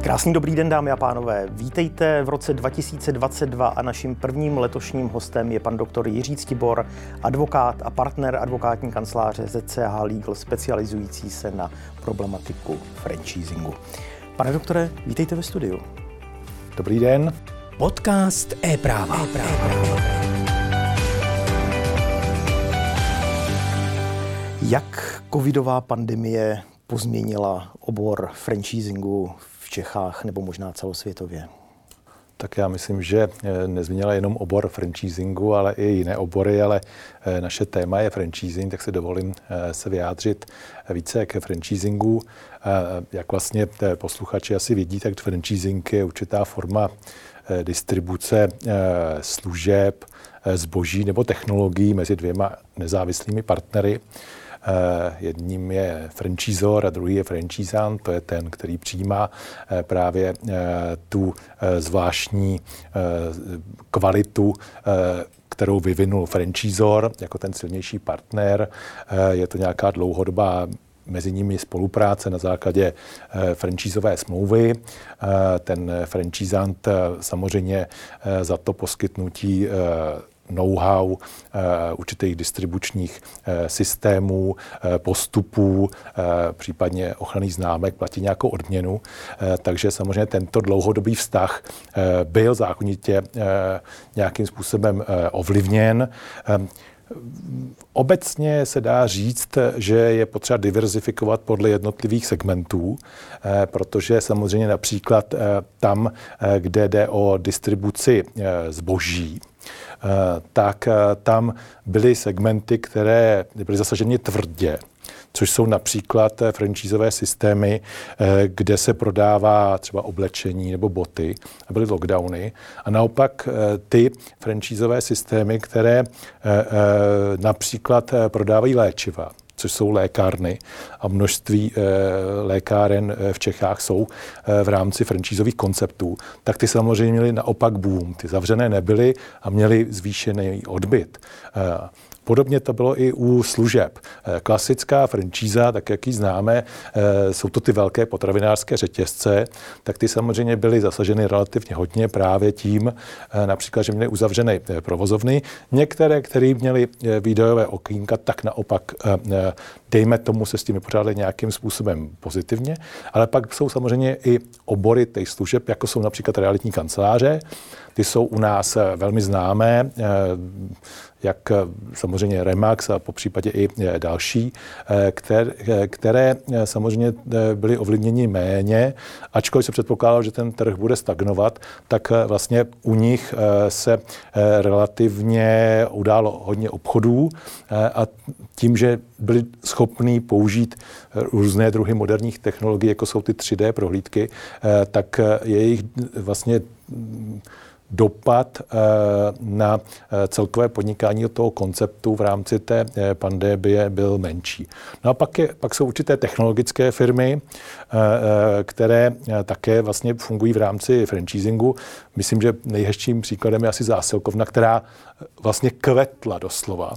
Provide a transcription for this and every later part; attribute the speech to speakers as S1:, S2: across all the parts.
S1: Krásný dobrý den, dámy a pánové. Vítejte v roce 2022 a naším prvním letošním hostem je pan doktor Jiří Ctibor, advokát a partner advokátní kanceláře ZCH Legal, specializující se na problematiku franchisingu. Pane doktore, vítejte ve studiu.
S2: Dobrý den.
S3: Podcast e-práva.
S1: Jak covidová pandemie pozměnila obor franchisingu v Čechách nebo možná celosvětově?
S2: Tak já myslím, že nezměnila jenom obor franchisingu, ale i jiné obory, ale naše téma je franchising, tak si dovolím se vyjádřit více k franchisingu. Jak vlastně posluchači asi vidí, tak franchising je určitá forma distribuce služeb, zboží nebo technologií mezi dvěma nezávislými partnery. Jedním je franchisor a druhý je franchisant, to je ten, který přijímá právě tu zvláštní kvalitu, kterou vyvinul franchisor jako ten silnější partner. Je to nějaká dlouhodobá mezi nimi spolupráce na základě franchisové smlouvy. Ten franchisant samozřejmě za to poskytnutí know-how určitých distribučních systémů, postupů, případně ochranných známek platí nějakou odměnu. Takže samozřejmě tento dlouhodobý vztah byl zákonitě nějakým způsobem ovlivněn. Obecně se dá říct, že je potřeba diverzifikovat podle jednotlivých segmentů, protože samozřejmě například tam, kde jde o distribuci zboží, tak tam byly segmenty, které byly zasaženy tvrdě, což jsou například franchisové systémy, kde se prodává třeba oblečení nebo boty, a byly lockdowny. A naopak ty franchisové systémy, které například prodávají léčiva, což jsou lékárny a množství lékáren v Čechách jsou v rámci franchisových konceptů, tak ty samozřejmě měly naopak boom. Ty zavřené nebyly a měly zvýšený odbyt. Podobně to bylo i u služeb. Klasická franšíza, tak jak ji známe, jsou to ty velké potravinářské řetězce, tak ty samozřejmě byly zasaženy relativně hodně právě tím, například, že měly uzavřené provozovny. Některé, které měly výdajové okýnka, tak naopak, dejme tomu, se s tím vypořádali nějakým způsobem pozitivně, ale pak jsou samozřejmě i obory těch služeb, jako jsou například realitní kanceláře. Ty jsou u nás velmi známé, jak samozřejmě Remax a popřípadě i další, které samozřejmě byly ovlivněny méně, ačkoliv se předpokládalo, že ten trh bude stagnovat, tak vlastně u nich se relativně událo hodně obchodů a tím, že byli schopní použít různé druhy moderních technologií, jako jsou ty 3D prohlídky, tak jejich vlastně dopad na celkové podnikání od toho konceptu v rámci té pandemie byl menší. No a pak jsou určité technologické firmy, které také vlastně fungují v rámci franchisingu. Myslím, že nejhezčím příkladem je asi zásilkovna, která vlastně kvetla doslova.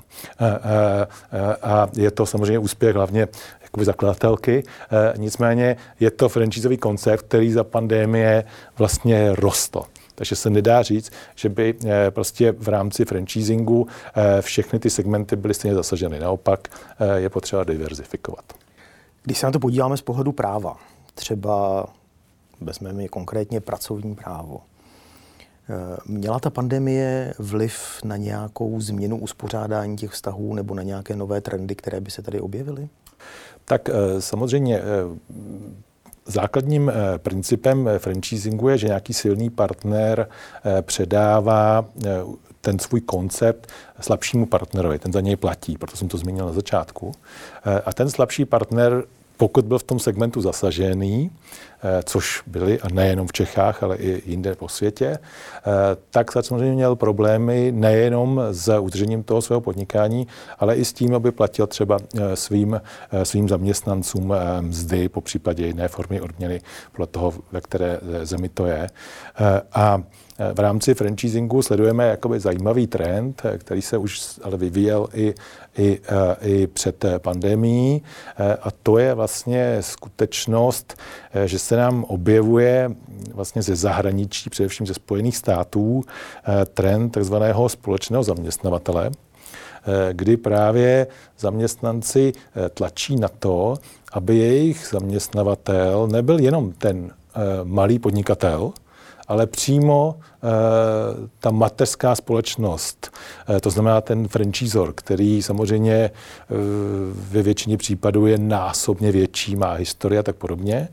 S2: A je to samozřejmě úspěch hlavně jakoby zakladatelky. Nicméně je to franchisový koncept, který za pandemie vlastně rostl. Takže se nedá říct, že by prostě v rámci franchisingu všechny ty segmenty byly stejně zasaženy. Naopak je potřeba diverzifikovat.
S1: Když se na to podíváme z pohledu práva, třeba vezmeme konkrétně pracovní právo, měla ta pandemie vliv na nějakou změnu uspořádání těch vztahů nebo na nějaké nové trendy, které by se tady objevily?
S2: Tak samozřejmě základním principem franchisingu je, že nějaký silný partner předává ten svůj koncept slabšímu partnerovi, ten za něj platí, proto jsem to zmínil na začátku. A ten slabší partner, pokud byl v tom segmentu zasažený, což byli, a nejenom v Čechách, ale i jinde po světě, tak samozřejmě měl problémy nejenom s udržením toho svého podnikání, ale i s tím, aby platil třeba svým zaměstnancům mzdy, popřípadě jiné formy odměny podle toho, ve které zemi to je. A v rámci franchisingu sledujeme jakoby zajímavý trend, který se už ale vyvíjel i před pandemií, a to je vlastně vlastně skutečnost, že se nám objevuje vlastně ze zahraničí, především ze Spojených států, trend takzvaného společného zaměstnavatele, kdy právě zaměstnanci tlačí na to, aby jejich zaměstnavatel nebyl jenom ten malý podnikatel, ale přímo ta mateřská společnost, to znamená ten franchisor, který samozřejmě ve většině případů je násobně větší, má historii a tak podobně.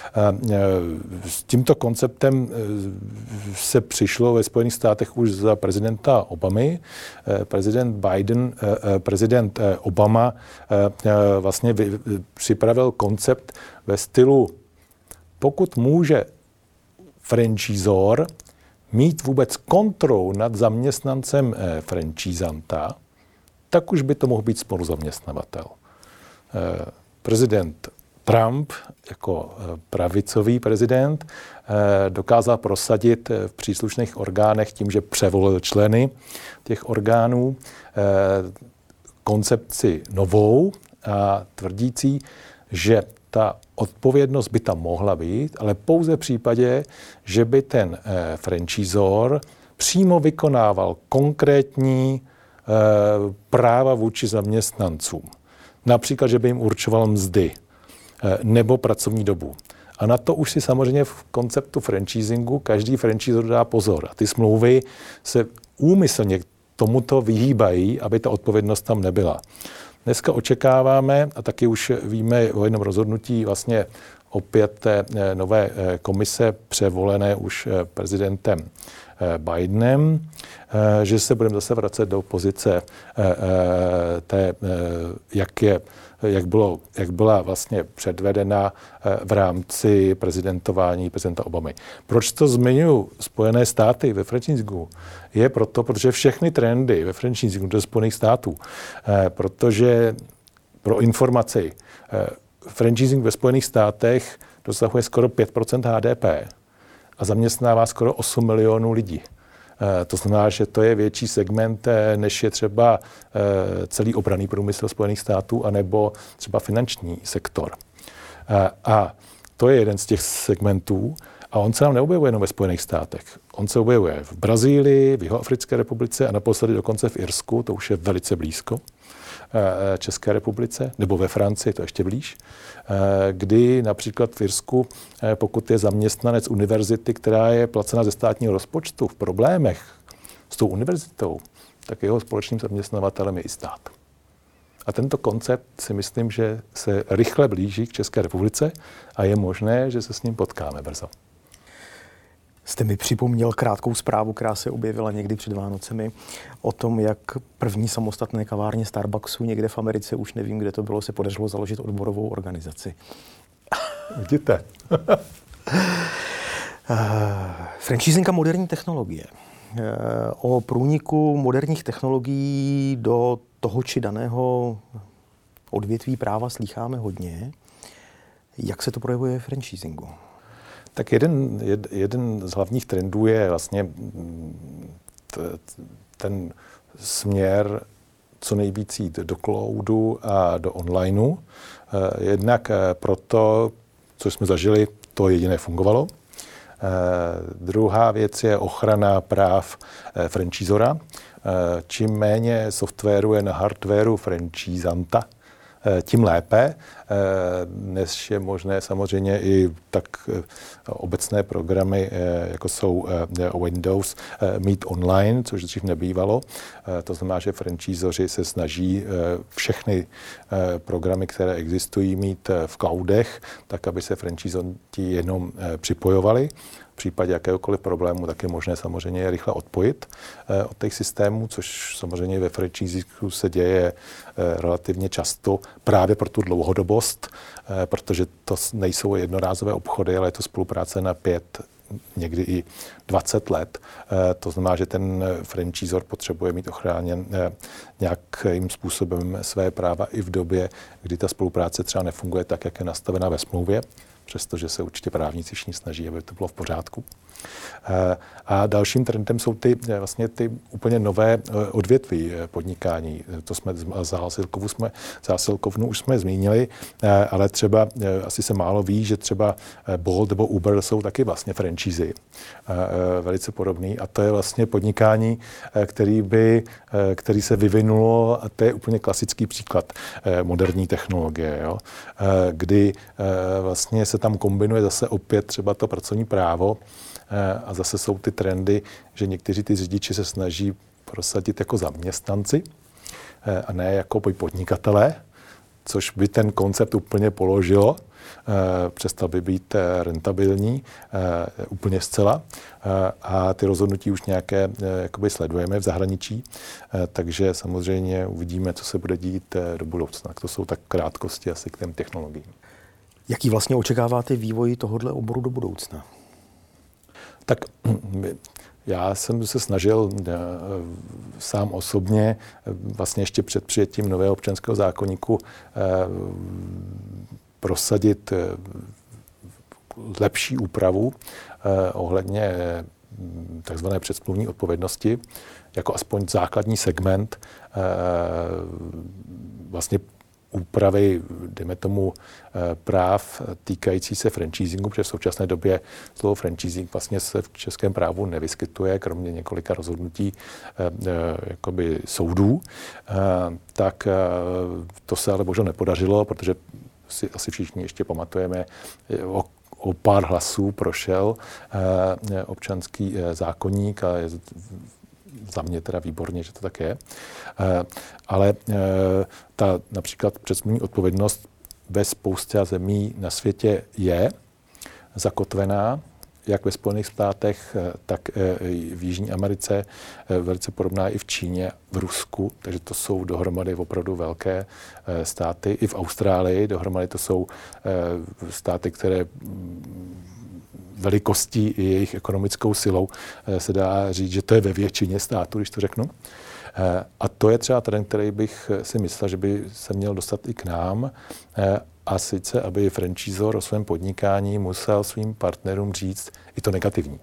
S2: S tímto konceptem se přišlo ve Spojených státech už za prezidenta Obamy. Prezident Obama vlastně připravil koncept ve stylu, pokud může franchisor mít vůbec kontrolu nad zaměstnancem franchisanta, tak už by to mohl být spoluzaměstnavatel. Prezident Trump jako pravicový prezident dokázal prosadit v příslušných orgánech tím, že převolil členy těch orgánů koncepci novou a tvrdící, že ta odpovědnost by tam mohla být, ale pouze v případě, že by ten franchisor přímo vykonával konkrétní práva vůči zaměstnancům. Například, že by jim určoval mzdy nebo pracovní dobu. A na to už si samozřejmě v konceptu franchisingu každý franchisor dá pozor. A ty smlouvy se úmyslně tomuto vyhýbají, aby ta odpovědnost tam nebyla. Dneska očekáváme, a taky už víme o jednom rozhodnutí vlastně opět té nové komise převolené už prezidentem Bidenem, že se budeme zase vracet do pozice té, jak byla vlastně předvedena v rámci prezidentování prezidenta Obamy. Proč to zmiňuji Spojené státy ve franchisingu? Je proto, protože všechny trendy ve franchisingu do Spojených států, protože pro informaci, franchising ve Spojených státech dosahuje skoro 5% HDP a zaměstnává skoro 8 milionů lidí. To znamená, že to je větší segment, než je třeba celý obranný průmysl Spojených států anebo třeba finanční sektor. A to je jeden z těch segmentů a on se nám neobjevuje jenom ve Spojených státech. On se objevuje v Brazílii, v Jihoafrické republice a naposledy dokonce v Irsku, to už je velice blízko České republice, nebo ve Francii, to ještě blíž, kdy například v Irsku, pokud je zaměstnanec univerzity, která je placena ze státního rozpočtu v problémech s tou univerzitou, tak jeho společným zaměstnavatelem je i stát. A tento koncept si myslím, že se rychle blíží k České republice a je možné, že se s ním potkáme brzo.
S1: Jste mi připomněl krátkou zprávu, která se objevila někdy před Vánocemi, o tom, jak první samostatné kavárně Starbucksu někde v Americe, už nevím, kde to bylo, se podařilo založit odborovou organizaci.
S2: Vidíte.
S1: Franchising a moderní technologie. O průniku moderních technologií do toho či daného odvětví práva slýcháme hodně. Jak se to projevuje v franchisingu?
S2: Tak jeden z hlavních trendů je vlastně ten směr co nejvíc jít do cloudu a do onlineu. Jednak proto, co jsme zažili, to jediné fungovalo. Druhá věc je ochrana práv franchisora. Čím méně softwaru je na hardwaru franchisanta, tím lépe, než je možné samozřejmě i tak obecné programy, jako jsou Windows, mít online, což dřív nebývalo. To znamená, že franchisoři se snaží všechny programy, které existují, mít v cloudech, tak aby se franchisonti jenom připojovali. V případě jakéhokoliv problému tak je možné samozřejmě rychle odpojit od těch systémů, což samozřejmě ve franchisingu se děje relativně často právě pro tu dlouhodobost, protože to nejsou jednorázové obchody, ale je to spolupráce na 5, někdy i 20 let. To znamená, že ten franchisor potřebuje mít ochráněn nějakým způsobem své práva i v době, kdy ta spolupráce třeba nefunguje tak, jak je nastavená ve smlouvě, přestože se určitě právníci všichni snaží, aby to bylo v pořádku. A dalším trendem jsou ty úplně nové odvětví podnikání. To jsme zásilkovnu už jsme zmínili, ale třeba asi se málo ví, že třeba Bolt nebo Uber jsou taky vlastně franšízy. Velice podobný. A to je vlastně podnikání, který se vyvinulo, a to je úplně klasický příklad moderní technologie, jo? Kdy vlastně se tam kombinuje zase opět třeba to pracovní právo, a zase jsou ty trendy, že někteří ty řidiči se snaží prosadit jako zaměstnanci a ne jako podnikatelé, což by ten koncept úplně položilo, přestal by být rentabilní úplně zcela, a ty rozhodnutí už nějaké jakoby sledujeme v zahraničí, takže samozřejmě uvidíme, co se bude dít do budoucna. To jsou tak krátkosti asi k těm technologiím.
S1: Jaký vlastně očekáváte vývoj tohoto oboru do budoucna?
S2: Tak já jsem se snažil sám osobně vlastně ještě před přijetím nového občanského zákoníku prosadit lepší úpravu ohledně takzvané předsmluvní odpovědnosti, jako aspoň základní segment vlastně úpravy, dejme tomu, práv týkající se franchisingu, protože v současné době slovo franchising vlastně se v českém právu nevyskytuje, kromě několika rozhodnutí jakoby soudů. Tak to se ale bohužel nepodařilo, protože si asi všichni ještě pamatujeme, o pár hlasů prošel občanský zákoník a je za mě teda výborně, že to tak je. Ale ta například předsmluvní odpovědnost ve spoustě zemí na světě je zakotvená, jak ve Spojených státech, tak v Jižní Americe, velice podobná i v Číně, v Rusku, takže to jsou dohromady opravdu velké státy. I v Austrálii dohromady to jsou státy, které velikostí i jejich ekonomickou silou se dá říct, že to je ve většině států, když to řeknu. A to je třeba trend, který bych si myslel, že by se měl dostat i k nám, a sice, aby franchisor o svém podnikání musel svým partnerům říct i to negativní.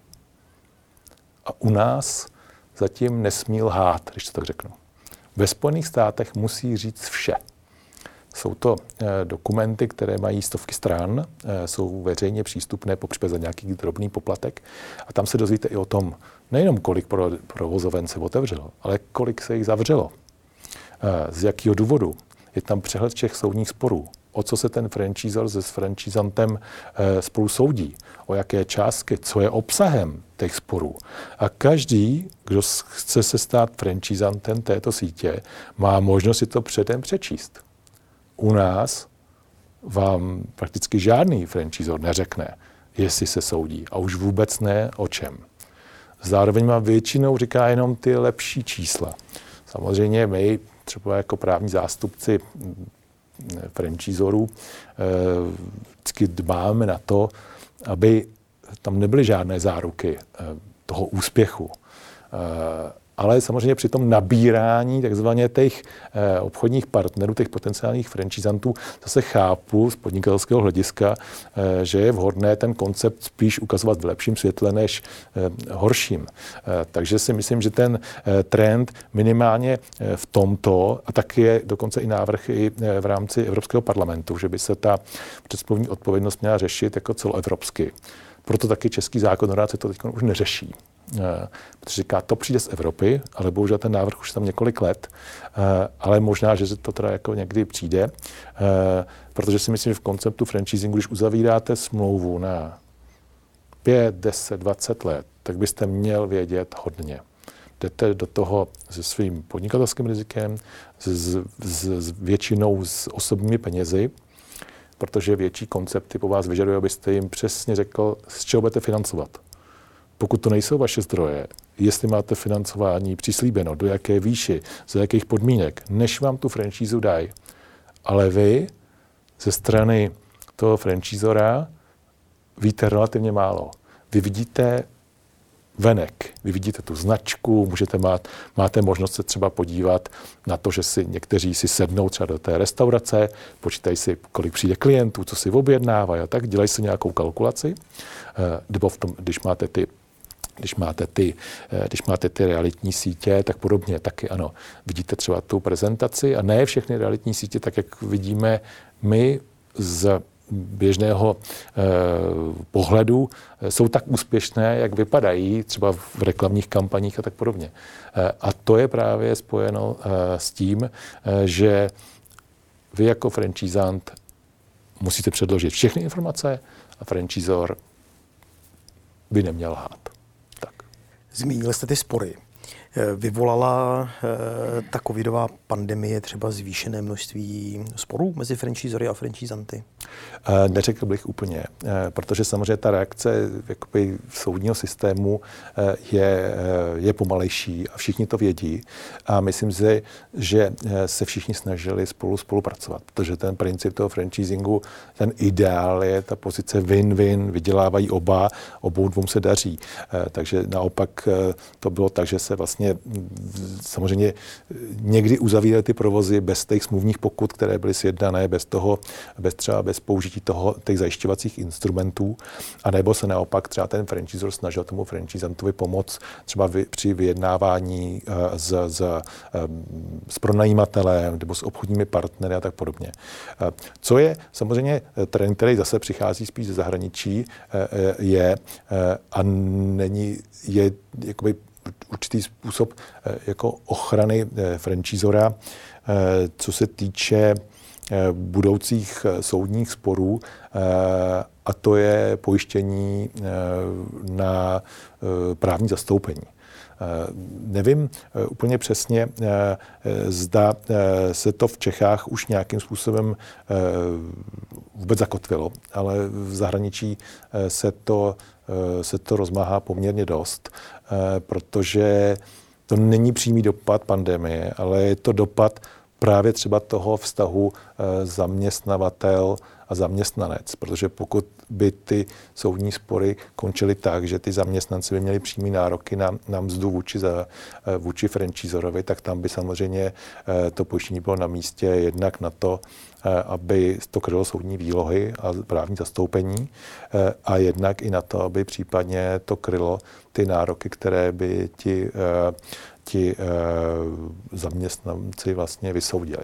S2: A u nás zatím nesmí lhát, když to tak řeknu. Ve Spojených státech musí říct vše. Jsou to dokumenty, které mají stovky stran, jsou veřejně přístupné, popřípadě za nějaký drobný poplatek. A tam se dozvíte i o tom, nejenom kolik provozoven se otevřelo, ale kolik se jich zavřelo. Z jakého důvodu. Je tam přehled všech soudních sporů. O co se ten franchisor se franchisantem spolu soudí. O jaké částky, co je obsahem těch sporů. A každý, kdo chce se stát franchisantem této sítě, má možnost si to předem přečíst. U nás vám prakticky žádný franchisor neřekne, jestli se soudí. A už vůbec ne o čem. Zároveň vám většinou říká jenom ty lepší čísla. Samozřejmě my, třeba jako právní zástupci franchisorů, vždycky dbáme na to, aby tam nebyly žádné záruky toho úspěchu. Ale samozřejmě při tom nabírání takzvaně těch obchodních partnerů, těch potenciálních franchisantů, zase chápu z podnikatelského hlediska, že je vhodné ten koncept spíš ukazovat v lepším světle než horším. Takže si myslím, že ten trend minimálně v tomto, a tak je dokonce i návrh i v rámci Evropského parlamentu, že by se ta předsmluvní odpovědnost měla řešit jako celoevropsky. Proto taky český zákonodárce to teď už neřeší. Protože říká, to přijde z Evropy, ale bohužel ten návrh už je tam několik let, ale možná, že to teda jako někdy přijde, protože si myslím, že v konceptu franchisingu, když uzavíráte smlouvu na 5, 10, 20 let, tak byste měl vědět hodně. Jdete do toho se svým podnikatelským rizikem, s většinou s osobními penězi, protože větší koncepty po vás vyžadují, abyste jim přesně řekl, z čeho budete financovat. Pokud to nejsou vaše zdroje, jestli máte financování přislíbeno, do jaké výši, za jakých podmínek, než vám tu franšízu dají. Ale vy ze strany toho franchisora víte relativně málo. Vy vidíte venek, vy vidíte tu značku, máte možnost se třeba podívat na to, že si někteří si sednou třeba do té restaurace, počítají si, kolik přijde klientů, co si objednávají a tak, dělají si nějakou kalkulaci, nebo v tom, když máte ty Když máte ty realitní sítě, tak podobně taky ano. Vidíte třeba tu prezentaci a ne všechny realitní sítě, tak jak vidíme my z běžného pohledu, jsou tak úspěšné, jak vypadají třeba v reklamních kampaních a tak podobně. A to je právě spojeno s tím, že vy jako franchisant musíte předložit všechny informace a franchisor by neměl lhát. Tak.
S1: Zmínil jste ty spory. Vyvolala ta covidová pandemie třeba zvýšené množství sporů mezi franchisory a franchisanty?
S2: Neřekl bych úplně, protože samozřejmě ta reakce jakoby soudního systému je pomalejší a všichni to vědí. A myslím si, že se všichni snažili spolupracovat, protože ten princip toho franchisingu, ten ideál je ta pozice win-win, vydělávají obou dvou se daří. Takže naopak to bylo tak, že se vlastně samozřejmě někdy uzavíraly ty provozy bez těch smluvních pokut, které byly sjednané, bez použití těch zajišťovacích instrumentů, anebo se naopak třeba ten franchisor snažil tomu franchisantovi pomoct třeba při vyjednávání s pronajímatelem nebo s obchodními partnery a tak podobně. Co je samozřejmě trend, který zase přichází spíš ze zahraničí, je jakoby určitý způsob jako ochrany franchisora, co se týče budoucích soudních sporů, a to je pojištění na právní zastoupení. Nevím úplně přesně, zda se to v Čechách už nějakým způsobem vůbec zakotvilo, ale v zahraničí se to rozmáhá poměrně dost, protože to není přímý dopad pandemie, ale je to dopad právě třeba toho vztahu zaměstnavatel a zaměstnanec, protože pokud by ty soudní spory končily tak, že ty zaměstnanci by měli přímý nároky na mzdu vůči franchisorovi, tak tam by samozřejmě to pojištění bylo na místě jednak na to, aby to krylo soudní výlohy a právní zastoupení, a jednak i na to, aby případně to krylo ty nároky, které by ti zaměstnanci vlastně vysoudili.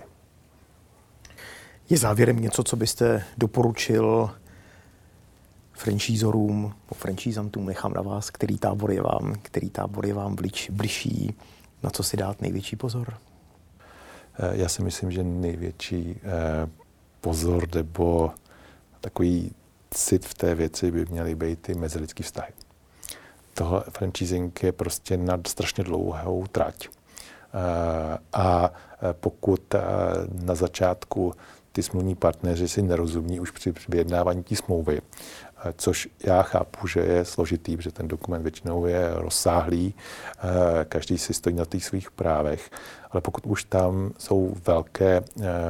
S1: Je závěrem něco, co byste doporučil franchisorům, franchisantům, nechám na vás, který tábor je vám bližší, na co si dát největší pozor?
S2: Já si myslím, že největší pozor nebo takový cit v té věci by měly být ty mezilidský vztahy. Tohle franchising je prostě na strašně dlouhou trať. A pokud na začátku ty smluvní partneři si nerozumí už při vyjednávání té smlouvy, což já chápu, že je složitý, protože ten dokument většinou je rozsáhlý, každý si stojí na těch svých právech, ale pokud už tam jsou velké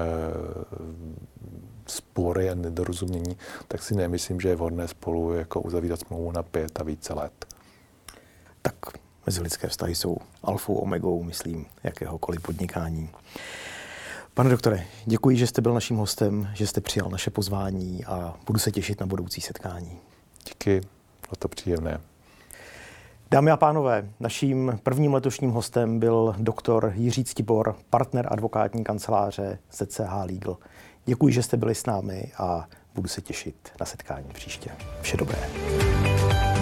S2: spory a nedorozumění, tak si nemyslím, že je vhodné spolu jako uzavírat smlouvu na 5 a více let.
S1: Tak mezilidské vztahy jsou alfou, omegou, myslím, jakéhokoliv podnikání. Pane doktore, děkuji, že jste byl naším hostem, že jste přijal naše pozvání a budu se těšit na budoucí setkání.
S2: Díky, bylo to příjemné.
S1: Dámy a pánové, naším prvním letošním hostem byl doktor Jiří Ctibor, partner advokátní kanceláře ZCH Legal. Děkuji, že jste byli s námi a budu se těšit na setkání příště. Vše dobré.